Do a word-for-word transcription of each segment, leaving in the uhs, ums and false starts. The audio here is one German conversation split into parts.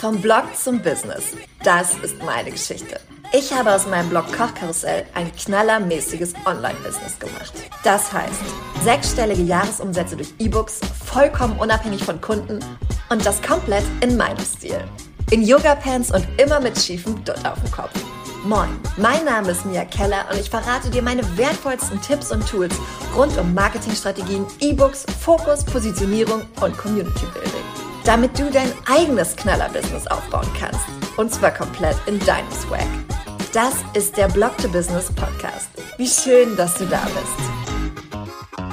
Vom Blog zum Business. Das ist meine Geschichte. Ich habe aus meinem Blog Kochkarussell ein knallermäßiges Online-Business gemacht. Das heißt, sechsstellige Jahresumsätze durch E-Books, vollkommen unabhängig von Kunden und das komplett in meinem Stil. In Yoga-Pants und immer mit schiefem Dutt auf dem Kopf. Moin, mein Name ist Mia Keller und ich verrate dir meine wertvollsten Tipps und Tools rund um Marketingstrategien, E-Books, Fokus, Positionierung und Community-Building. Damit du dein eigenes Knaller-Business aufbauen kannst. Und zwar komplett in deinem Swag. Das ist der Blog to Business Podcast. Wie schön, dass du da bist.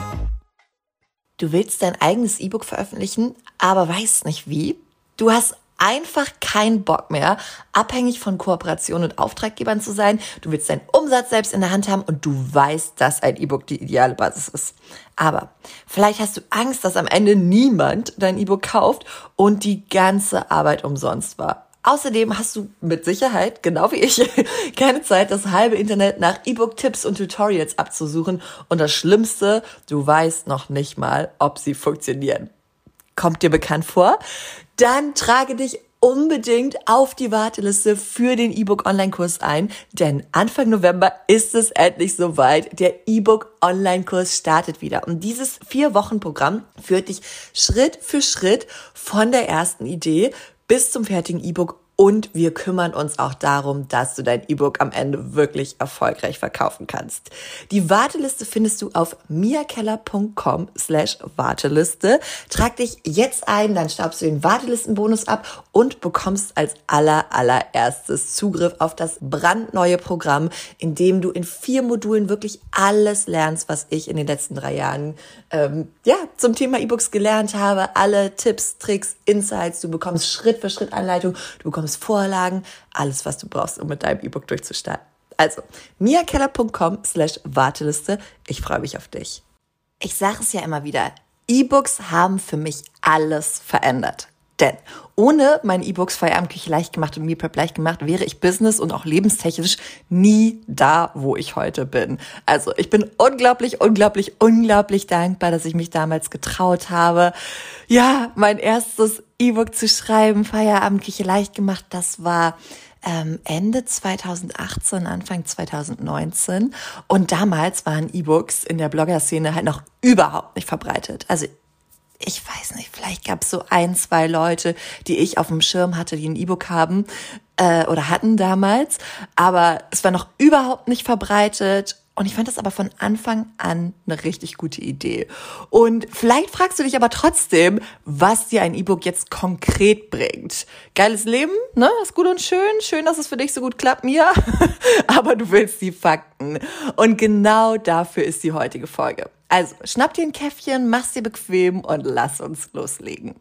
Du willst dein eigenes E-Book veröffentlichen, aber weißt nicht wie? Du hast einfach keinen Bock mehr, abhängig von Kooperationen und Auftraggebern zu sein. Du willst deinen Umsatz selbst in der Hand haben und du weißt, dass ein E-Book die ideale Basis ist. Aber vielleicht hast du Angst, dass am Ende niemand dein E-Book kauft und die ganze Arbeit umsonst war. Außerdem hast du mit Sicherheit, genau wie ich, keine Zeit, das halbe Internet nach E-Book-Tipps und Tutorials abzusuchen. Und das Schlimmste, du weißt noch nicht mal, ob sie funktionieren. Kommt dir bekannt vor? Dann trage dich unbedingt auf die Warteliste für den E-Book-Online-Kurs ein, denn Anfang November ist es endlich soweit. Der E-Book-Online-Kurs startet wieder und dieses Vier-Wochen-Programm führt dich Schritt für Schritt von der ersten Idee bis zum fertigen E-Book und wir kümmern uns auch darum, dass du dein E-Book am Ende wirklich erfolgreich verkaufen kannst. Die Warteliste findest du auf miakeller.com slash Warteliste. Trag dich jetzt ein, dann staubst du den Wartelistenbonus ab und bekommst als aller allererstes Zugriff auf das brandneue Programm, in dem du in vier Modulen wirklich alles lernst, was ich in den letzten drei Jahren ähm, ja zum Thema E-Books gelernt habe. Alle Tipps, Tricks, Insights. Du bekommst Schritt für Schritt Anleitung. Du bekommst Vorlagen, alles, was du brauchst, um mit deinem E-Book durchzustarten. Also, miakeller.com slash Warteliste. Ich freue mich auf dich. Ich sage es ja immer wieder, E-Books haben für mich alles verändert. Denn ohne meine E-Books Feierabendküche leicht gemacht und Meal Prep leicht gemacht, wäre ich business- und auch lebenstechnisch nie da, wo ich heute bin. Also ich bin unglaublich, unglaublich, unglaublich dankbar, dass ich mich damals getraut habe, ja, mein erstes E-Book zu schreiben, Feierabendküche leicht gemacht. Das war ähm, Ende zweitausendachtzehn, Anfang zweitausendneunzehn. Und damals waren E-Books in der Blogger-Szene halt noch überhaupt nicht verbreitet. Also ich weiß nicht, vielleicht gab es so ein, zwei Leute, die ich auf dem Schirm hatte, die ein E-Book haben äh, oder hatten damals. Aber es war noch überhaupt nicht verbreitet. Und ich fand das aber von Anfang an eine richtig gute Idee. Und vielleicht fragst du dich aber trotzdem, was dir ein E-Book jetzt konkret bringt. Geiles Leben, ne? Ist gut und schön. Schön, dass es für dich so gut klappt, Mia. Aber du willst die Fakten. Und genau dafür ist die heutige Folge. Also, schnapp dir ein Käffchen, mach's dir bequem und lass uns loslegen.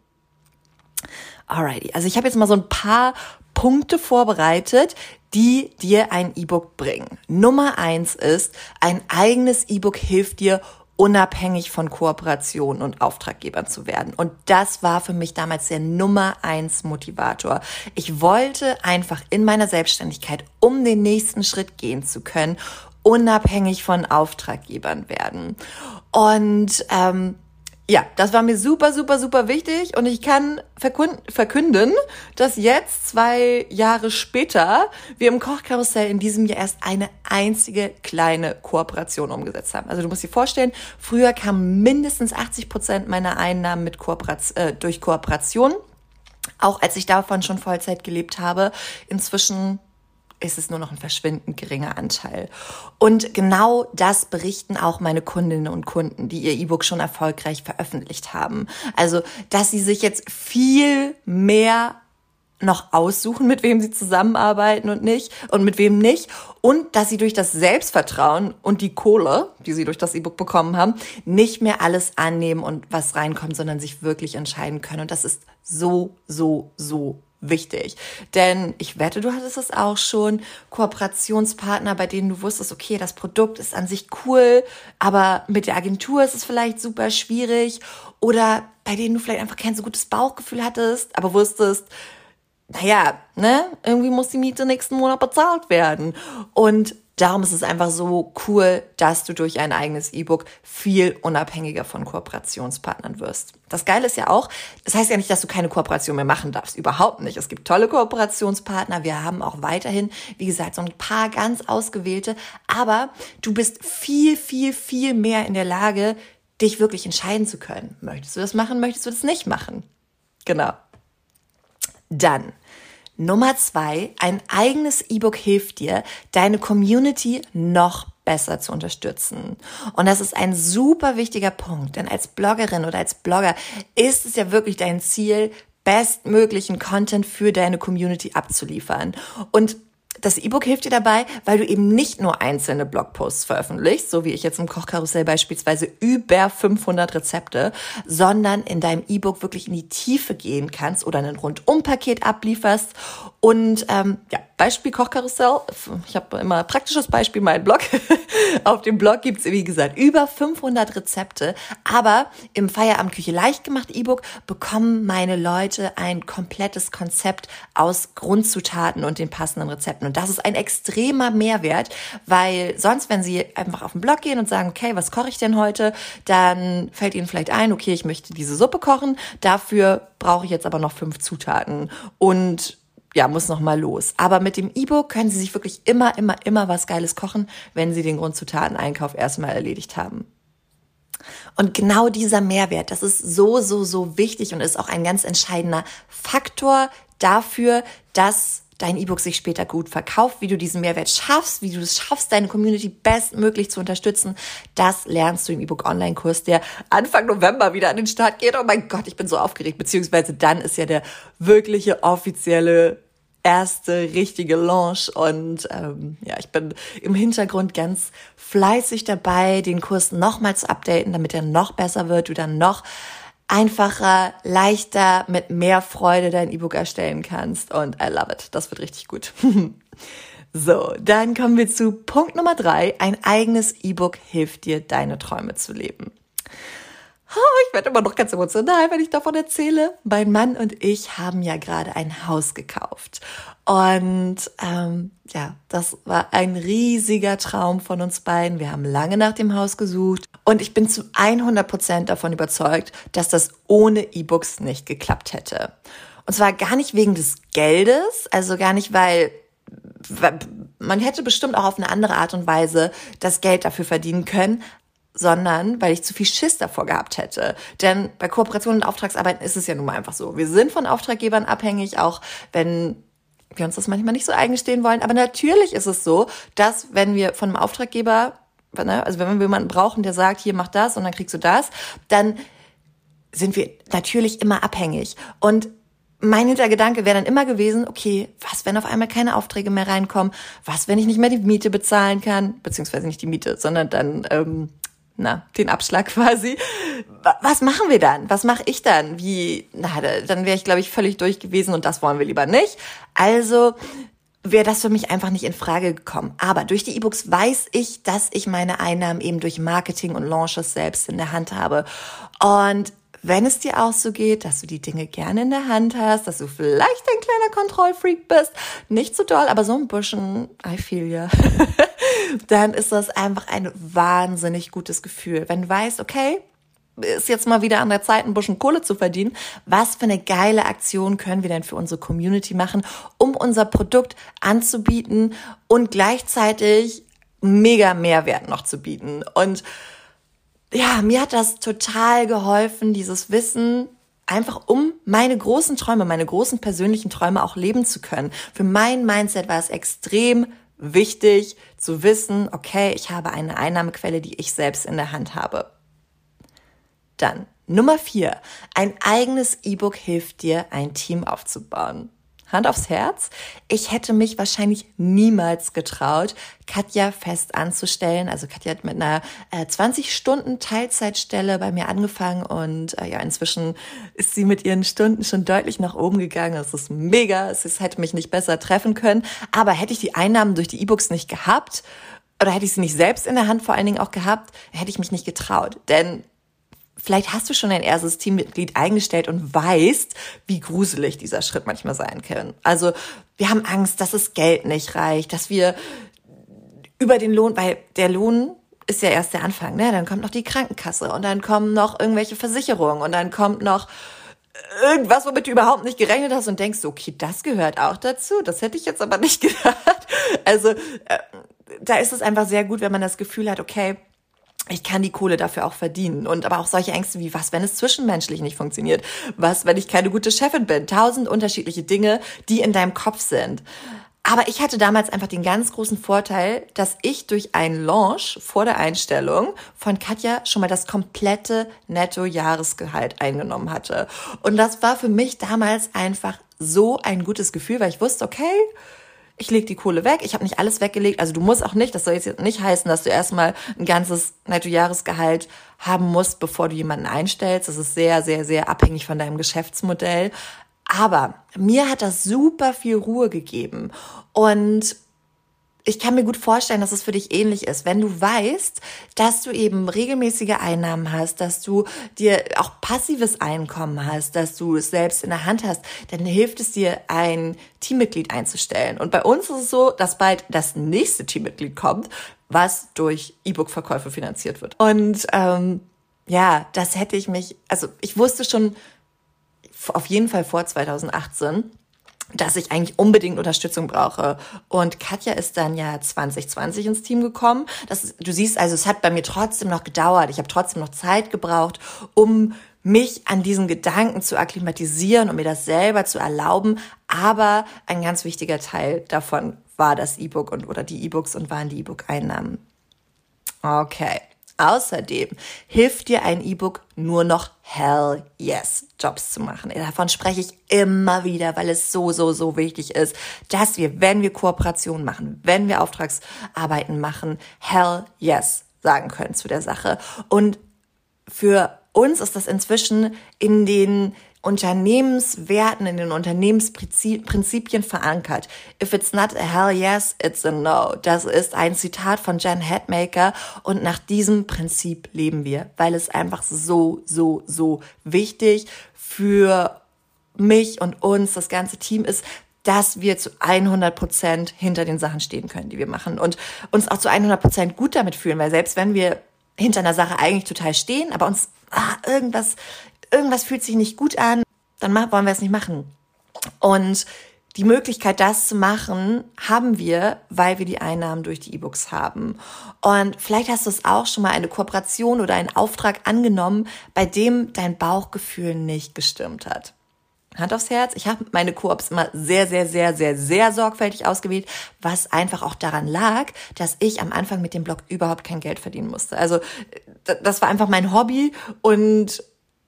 Alrighty, also ich habe jetzt mal so ein paar Punkte vorbereitet, die dir ein E-Book bringen. Nummer eins ist, ein eigenes E-Book hilft dir, unabhängig von Kooperationen und Auftraggebern zu werden. Und das war für mich damals der Nummer eins Motivator. Ich wollte einfach in meiner Selbstständigkeit, um den nächsten Schritt gehen zu können, unabhängig von Auftraggebern werden. Und ähm, ja, das war mir super, super, super wichtig und ich kann verkünden, dass jetzt, zwei Jahre später, wir im Kochkarussell in diesem Jahr erst eine einzige kleine Kooperation umgesetzt haben. Also du musst dir vorstellen, früher kamen mindestens achtzig Prozent meiner Einnahmen mit Kooperation, äh, durch Kooperation, auch als ich davon schon Vollzeit gelebt habe. Inzwischen ist es nur noch ein verschwindend geringer Anteil. Und genau das berichten auch meine Kundinnen und Kunden, die ihr E-Book schon erfolgreich veröffentlicht haben. Also, dass sie sich jetzt viel mehr noch aussuchen, mit wem sie zusammenarbeiten und nicht und mit wem nicht. Und dass sie durch das Selbstvertrauen und die Kohle, die sie durch das E-Book bekommen haben, nicht mehr alles annehmen und was reinkommt, sondern sich wirklich entscheiden können. Und das ist so, so, so wichtig. Denn ich wette, du hattest es auch schon, Kooperationspartner, bei denen du wusstest, okay, das Produkt ist an sich cool, aber mit der Agentur ist es vielleicht super schwierig. Oder bei denen du vielleicht einfach kein so gutes Bauchgefühl hattest, aber wusstest, naja, ne, irgendwie muss die Miete nächsten Monat bezahlt werden. Und Darum ist es einfach so cool, dass du durch ein eigenes E-Book viel unabhängiger von Kooperationspartnern wirst. Das Geile ist ja auch, das heißt ja nicht, dass du keine Kooperation mehr machen darfst. Überhaupt nicht. Es gibt tolle Kooperationspartner. Wir haben auch weiterhin, wie gesagt, so ein paar ganz ausgewählte. Aber du bist viel, viel, viel mehr in der Lage, dich wirklich entscheiden zu können. Möchtest du das machen? Möchtest du das nicht machen? Genau. Dann Nummer zwei, ein eigenes E-Book hilft dir, deine Community noch besser zu unterstützen. Und das ist ein super wichtiger Punkt, denn als Bloggerin oder als Blogger ist es ja wirklich dein Ziel, bestmöglichen Content für deine Community abzuliefern. Und das E-Book hilft dir dabei, weil du eben nicht nur einzelne Blogposts veröffentlichst, so wie ich jetzt im Kochkarussell beispielsweise über fünfhundert Rezepte, sondern in deinem E-Book wirklich in die Tiefe gehen kannst oder ein Rundum-Paket ablieferst. Und ähm, ja, Beispiel Kochkarussell, ich habe immer ein praktisches Beispiel, mein Blog. Auf dem Blog gibt's wie gesagt, über fünfhundert Rezepte, aber im Feierabend Küche leicht gemacht E-Book bekommen meine Leute ein komplettes Konzept aus Grundzutaten und den passenden Rezepten. Und das ist ein extremer Mehrwert, weil sonst, wenn sie einfach auf den Blog gehen und sagen, okay, was koche ich denn heute, dann fällt ihnen vielleicht ein, okay, ich möchte diese Suppe kochen, dafür brauche ich jetzt aber noch fünf Zutaten und ja, muss noch mal los. Aber mit dem E-Book können Sie sich wirklich immer, immer, immer was Geiles kochen, wenn Sie den Grundzutateneinkauf erstmal erledigt haben. Und genau dieser Mehrwert, das ist so, so, so wichtig und ist auch ein ganz entscheidender Faktor dafür, dass dein E-Book sich später gut verkauft, wie du diesen Mehrwert schaffst, wie du es schaffst, deine Community bestmöglich zu unterstützen. Das lernst du im E-Book-Online-Kurs, der Anfang November wieder an den Start geht. Oh mein Gott, ich bin so aufgeregt, beziehungsweise dann ist ja der wirkliche, offizielle, erste, richtige Launch. Und ähm, ja, ich bin im Hintergrund ganz fleißig dabei, den Kurs nochmal zu updaten, damit er noch besser wird, du dann noch einfacher, leichter, mit mehr Freude dein E-Book erstellen kannst. Und I love it. Das wird richtig gut. So, dann kommen wir zu Punkt Nummer drei. Ein eigenes E-Book hilft dir, deine Träume zu leben. Ich werde immer noch ganz emotional, wenn ich davon erzähle. Mein Mann und ich haben ja gerade ein Haus gekauft. Und ähm, ja, das war ein riesiger Traum von uns beiden. Wir haben lange nach dem Haus gesucht. Und ich bin zu hundert Prozent davon überzeugt, dass das ohne E-Books nicht geklappt hätte. Und zwar gar nicht wegen des Geldes, also gar nicht, weil man hätte bestimmt auch auf eine andere Art und Weise das Geld dafür verdienen können, sondern weil ich zu viel Schiss davor gehabt hätte. Denn bei Kooperationen und Auftragsarbeiten ist es ja nun mal einfach so. Wir sind von Auftraggebern abhängig, auch wenn wir uns das manchmal nicht so eingestehen wollen. Aber natürlich ist es so, dass wenn wir von einem Auftraggeber, also wenn wir jemanden brauchen, der sagt, hier mach das und dann kriegst du das, dann sind wir natürlich immer abhängig. Und mein Hintergedanke wäre dann immer gewesen, okay, was, wenn auf einmal keine Aufträge mehr reinkommen? Was, wenn ich nicht mehr die Miete bezahlen kann? Beziehungsweise nicht die Miete, sondern dann ähm, na, den Abschlag quasi. Was machen wir dann? Was mache ich dann? Wie, na, dann wäre ich, glaube ich, völlig durch gewesen und das wollen wir lieber nicht. Also wäre das für mich einfach nicht in Frage gekommen. Aber durch die E-Books weiß ich, dass ich meine Einnahmen eben durch Marketing und Launches selbst in der Hand habe. Und wenn es dir auch so geht, dass du die Dinge gerne in der Hand hast, dass du vielleicht ein kleiner Kontrollfreak bist, nicht so doll, aber so ein bisschen, I feel ya, dann ist das einfach ein wahnsinnig gutes Gefühl. Wenn du weißt, okay, ist jetzt mal wieder an der Zeit, ein bisschen Kohle zu verdienen. Was für eine geile Aktion können wir denn für unsere Community machen, um unser Produkt anzubieten und gleichzeitig mega Mehrwert noch zu bieten? Und ja, mir hat das total geholfen, dieses Wissen, einfach um meine großen Träume, meine großen persönlichen Träume auch leben zu können. Für mein Mindset war es extrem wichtig zu wissen, okay, ich habe eine Einnahmequelle, die ich selbst in der Hand habe. Dann Nummer vier. Ein eigenes E-Book hilft dir, ein Team aufzubauen. Hand aufs Herz, ich hätte mich wahrscheinlich niemals getraut, Katja fest anzustellen. Also Katja hat mit einer äh, zwanzig Stunden Teilzeitstelle bei mir angefangen und äh, ja, inzwischen ist sie mit ihren Stunden schon deutlich nach oben gegangen. Das ist mega, es ist, hätte mich nicht besser treffen können. Aber hätte ich die Einnahmen durch die E-Books nicht gehabt oder hätte ich sie nicht selbst in der Hand vor allen Dingen auch gehabt, hätte ich mich nicht getraut. Denn vielleicht hast du schon ein erstes Teammitglied eingestellt und weißt, wie gruselig dieser Schritt manchmal sein kann. Also wir haben Angst, dass das Geld nicht reicht, dass wir über den Lohn, weil der Lohn ist ja erst der Anfang, ne? Dann kommt noch die Krankenkasse und dann kommen noch irgendwelche Versicherungen und dann kommt noch irgendwas, womit du überhaupt nicht gerechnet hast und denkst, okay, das gehört auch dazu. Das hätte ich jetzt aber nicht gedacht. Also äh, da ist es einfach sehr gut, wenn man das Gefühl hat, okay, ich kann die Kohle dafür auch verdienen. Und aber auch solche Ängste wie, was, wenn es zwischenmenschlich nicht funktioniert? Was, wenn ich keine gute Chefin bin? Tausend unterschiedliche Dinge, die in deinem Kopf sind. Aber ich hatte damals einfach den ganz großen Vorteil, dass ich durch einen Launch vor der Einstellung von Katja schon mal das komplette Netto-Jahresgehalt eingenommen hatte. Und das war für mich damals einfach so ein gutes Gefühl, weil ich wusste, okay, ich lege die Kohle weg, ich habe nicht alles weggelegt, also du musst auch nicht, das soll jetzt nicht heißen, dass du erstmal ein ganzes Netto-Jahresgehalt haben musst, bevor du jemanden einstellst. Das ist sehr, sehr, sehr abhängig von deinem Geschäftsmodell. Aber mir hat das super viel Ruhe gegeben und ich kann mir gut vorstellen, dass es für dich ähnlich ist. Wenn du weißt, dass du eben regelmäßige Einnahmen hast, dass du dir auch passives Einkommen hast, dass du es selbst in der Hand hast, dann hilft es dir, ein Teammitglied einzustellen. Und bei uns ist es so, dass bald das nächste Teammitglied kommt, was durch E-Book-Verkäufe finanziert wird. Und ähm, ja, das hätte ich mich, also ich wusste schon auf jeden Fall vor zwanzig achtzehn, dass ich eigentlich unbedingt Unterstützung brauche. Und Katja ist dann ja zwanzig zwanzig ins Team gekommen. Das, du siehst, also es hat bei mir trotzdem noch gedauert. Ich habe trotzdem noch Zeit gebraucht, um mich an diesen Gedanken zu akklimatisieren und mir das selber zu erlauben. Aber ein ganz wichtiger Teil davon war das E-Book und oder die E-Books und waren die E-Book-Einnahmen. Okay. Außerdem hilft dir ein E-Book nur noch hell yes Jobs zu machen. Davon spreche ich immer wieder, weil es so, so, so wichtig ist, dass wir, wenn wir Kooperationen machen, wenn wir Auftragsarbeiten machen, hell yes sagen können zu der Sache. Und für uns ist das inzwischen in den Unternehmenswerten, in den Unternehmensprinzipien verankert. If it's not a hell yes, it's a no. Das ist ein Zitat von Jen Hatmaker und nach diesem Prinzip leben wir, weil es einfach so, so, so wichtig für mich und uns, das ganze Team ist, dass wir zu hundert Prozent hinter den Sachen stehen können, die wir machen und uns auch zu hundert Prozent gut damit fühlen, weil selbst wenn wir hinter einer Sache eigentlich total stehen, aber uns ah, irgendwas irgendwas fühlt sich nicht gut an, dann wollen wir es nicht machen. Und die Möglichkeit, das zu machen, haben wir, weil wir die Einnahmen durch die E-Books haben. Und vielleicht hast du es auch schon mal eine Kooperation oder einen Auftrag angenommen, bei dem dein Bauchgefühl nicht gestimmt hat. Hand aufs Herz, ich habe meine Koops immer sehr, sehr, sehr, sehr, sehr sorgfältig ausgewählt, was einfach auch daran lag, dass ich am Anfang mit dem Blog überhaupt kein Geld verdienen musste. Also das war einfach mein Hobby und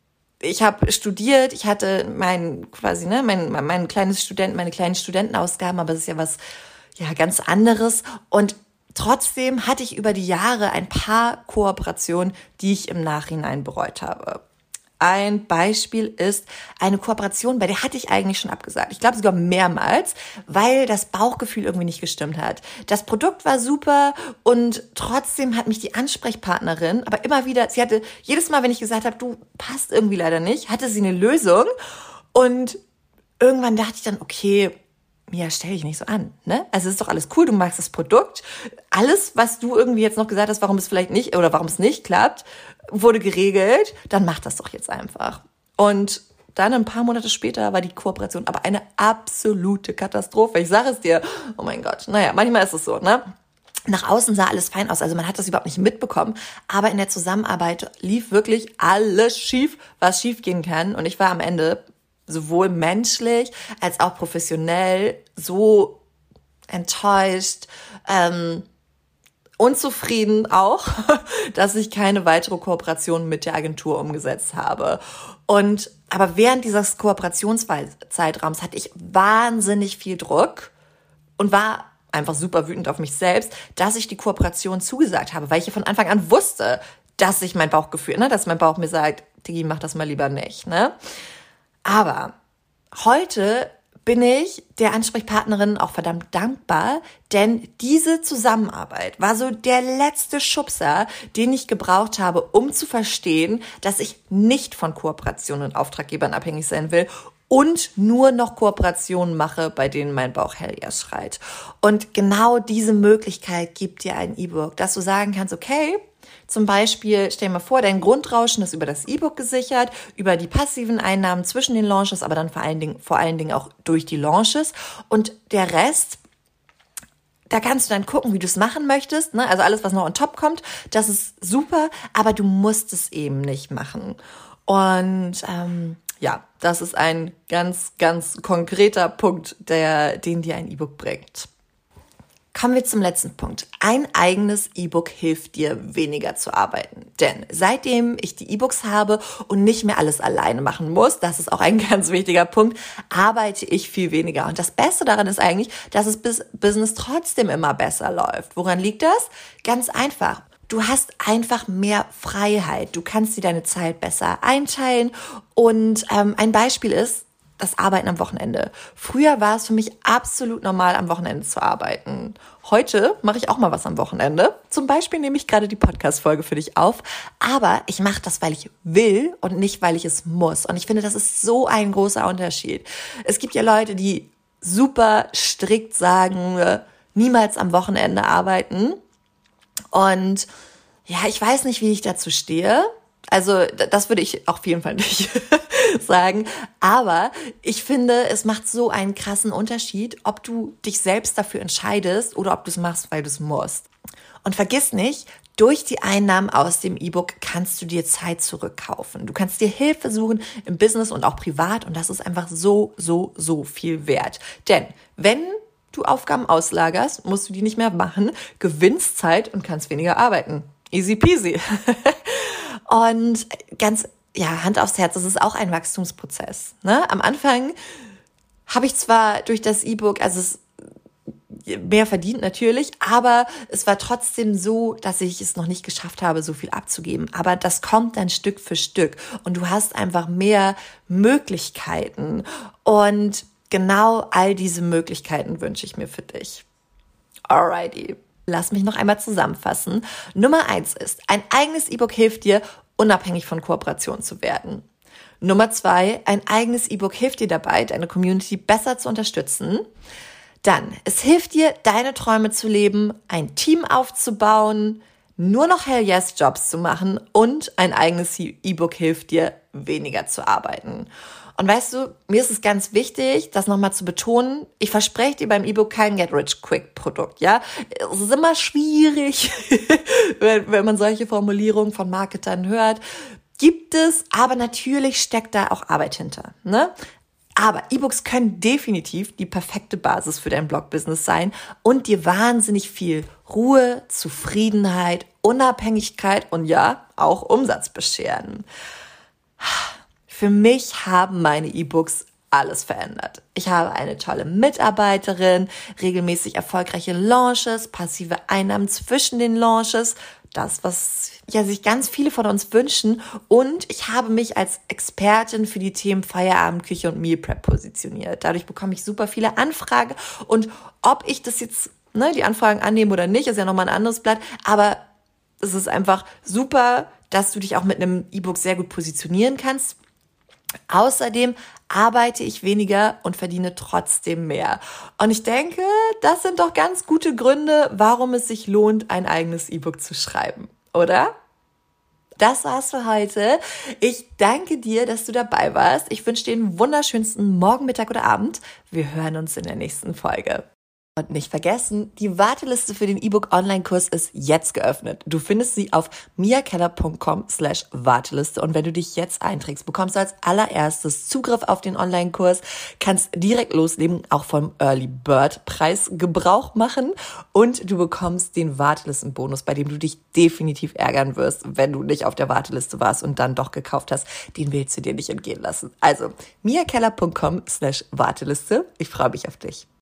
ich habe studiert, ich hatte mein quasi ne mein mein kleines Studenten, meine kleinen Studentenausgaben, aber es ist ja was ja ganz anderes und trotzdem hatte ich über die Jahre ein paar Kooperationen, die ich im Nachhinein bereut habe. Ein Beispiel ist eine Kooperation, bei der hatte ich eigentlich schon abgesagt. Ich glaube sogar mehrmals, weil das Bauchgefühl irgendwie nicht gestimmt hat. Das Produkt war super und trotzdem hat mich die Ansprechpartnerin, aber immer wieder, sie hatte jedes Mal, wenn ich gesagt habe, du passt irgendwie leider nicht, hatte sie eine Lösung und irgendwann dachte ich dann, okay, Mia, stell dich nicht so an, ne? Also es ist doch alles cool, du magst das Produkt. Alles, was du irgendwie jetzt noch gesagt hast, warum es vielleicht nicht oder warum es nicht klappt, wurde geregelt, dann mach das doch jetzt einfach. Und dann ein paar Monate später war die Kooperation aber eine absolute Katastrophe. Ich sage es dir, oh mein Gott, naja, manchmal ist es so, ne? Nach außen sah alles fein aus, also man hat das überhaupt nicht mitbekommen, aber in der Zusammenarbeit lief wirklich alles schief, was schief gehen kann und ich war am Ende sowohl menschlich als auch professionell so enttäuscht, ähm, unzufrieden auch, dass ich keine weitere Kooperation mit der Agentur umgesetzt habe. Und aber während dieses Kooperationszeitraums hatte ich wahnsinnig viel Druck und war einfach super wütend auf mich selbst, dass ich die Kooperation zugesagt habe, weil ich ja von Anfang an wusste, dass ich mein Bauchgefühl, ne, dass mein Bauch mir sagt, Digi, mach das mal lieber nicht, ne? Aber heute bin ich der Ansprechpartnerin auch verdammt dankbar, denn diese Zusammenarbeit war so der letzte Schubser, den ich gebraucht habe, um zu verstehen, dass ich nicht von Kooperationen und Auftraggebern abhängig sein will und nur noch Kooperationen mache, bei denen mein Bauch hell yes schreit. Und genau diese Möglichkeit gibt dir ein E-Book, dass du sagen kannst, okay, zum Beispiel, stell dir mal vor, dein Grundrauschen ist über das E-Book gesichert, über die passiven Einnahmen zwischen den Launches, aber dann vor allen Dingen, vor allen Dingen auch durch die Launches. Und der Rest, da kannst du dann gucken, wie du es machen möchtest. Ne? Also alles, was noch on top kommt, das ist super, aber du musst es eben nicht machen. Und ähm, ja, das ist ein ganz, ganz konkreter Punkt, der, den dir ein E-Book bringt. Kommen wir zum letzten Punkt. Ein eigenes E-Book hilft dir, weniger zu arbeiten. Denn seitdem ich die E-Books habe und nicht mehr alles alleine machen muss, das ist auch ein ganz wichtiger Punkt, arbeite ich viel weniger. Und das Beste daran ist eigentlich, dass das Business trotzdem immer besser läuft. Woran liegt das? Ganz einfach. Du hast einfach mehr Freiheit. Du kannst dir deine Zeit besser einteilen. Und ähm, ein Beispiel ist das Arbeiten am Wochenende. Früher war es für mich absolut normal, am Wochenende zu arbeiten. Heute mache ich auch mal was am Wochenende. Zum Beispiel nehme ich gerade die Podcast-Folge für dich auf. Aber ich mache das, weil ich will und nicht, weil ich es muss. Und ich finde, das ist so ein großer Unterschied. Es gibt ja Leute, die super strikt sagen, niemals am Wochenende arbeiten. Und ja, ich weiß nicht, wie ich dazu stehe. Also das würde ich auf jeden Fall nicht sagen. Aber ich finde, es macht so einen krassen Unterschied, ob du dich selbst dafür entscheidest oder ob du es machst, weil du es musst. Und vergiss nicht, durch die Einnahmen aus dem E-Book kannst du dir Zeit zurückkaufen. Du kannst dir Hilfe suchen im Business und auch privat. Und das ist einfach so, so, so viel wert. Denn wenn du Aufgaben auslagerst, musst du die nicht mehr machen, gewinnst Zeit und kannst weniger arbeiten. Easy peasy. Und ganz, ja, Hand aufs Herz, das ist auch ein Wachstumsprozess. Ne? Am Anfang habe ich zwar durch das E-Book, also es mehr verdient natürlich, aber es war trotzdem so, dass ich es noch nicht geschafft habe, so viel abzugeben. Aber das kommt dann Stück für Stück und du hast einfach mehr Möglichkeiten. Und genau all diese Möglichkeiten wünsche ich mir für dich. Alrighty. Lass mich noch einmal zusammenfassen. Nummer eins ist, ein eigenes E-Book hilft dir, unabhängig von Kooperation zu werden. Nummer zwei, ein eigenes E-Book hilft dir dabei, deine Community besser zu unterstützen. Dann, es hilft dir, deine Träume zu leben, ein Team aufzubauen, nur noch Hell-Yes-Jobs zu machen und ein eigenes E-Book hilft dir, weniger zu arbeiten. Und weißt du, mir ist es ganz wichtig, das nochmal zu betonen. Ich verspreche dir beim E-Book kein Get-Rich-Quick-Produkt, ja. Es ist immer schwierig, wenn, wenn man solche Formulierungen von Marketern hört. Gibt es, aber natürlich steckt da auch Arbeit hinter, ne? Aber E-Books können definitiv die perfekte Basis für dein Blog-Business sein und dir wahnsinnig viel Ruhe, Zufriedenheit, Unabhängigkeit und ja, auch Umsatz bescheren. Für mich haben meine E-Books alles verändert. Ich habe eine tolle Mitarbeiterin, regelmäßig erfolgreiche Launches, passive Einnahmen zwischen den Launches, das, was ja sich ganz viele von uns wünschen. Und ich habe mich als Expertin für die Themen Feierabendküche und Meal Prep positioniert. Dadurch bekomme ich super viele Anfragen. Und ob ich das jetzt, ne, die Anfragen annehme oder nicht, ist ja nochmal ein anderes Blatt. Aber es ist einfach super, dass du dich auch mit einem E-Book sehr gut positionieren kannst. Außerdem arbeite ich weniger und verdiene trotzdem mehr. Und ich denke, das sind doch ganz gute Gründe, warum es sich lohnt, ein eigenes E-Book zu schreiben, oder? Das war's für heute. Ich danke dir, dass du dabei warst. Ich wünsche dir den wunderschönsten Morgen, Mittag oder Abend. Wir hören uns in der nächsten Folge. Und nicht vergessen, die Warteliste für den E-Book-Online-Kurs ist jetzt geöffnet. Du findest sie auf miakeller.com slash Warteliste. Und wenn du dich jetzt einträgst, bekommst du als allererstes Zugriff auf den Online-Kurs, kannst direkt loslegen, auch vom Early Bird Preis Gebrauch machen und du bekommst den Wartelistenbonus, bei dem du dich definitiv ärgern wirst, wenn du nicht auf der Warteliste warst und dann doch gekauft hast. Den willst du dir nicht entgehen lassen. Also miakeller.com slash Warteliste. Ich freue mich auf dich.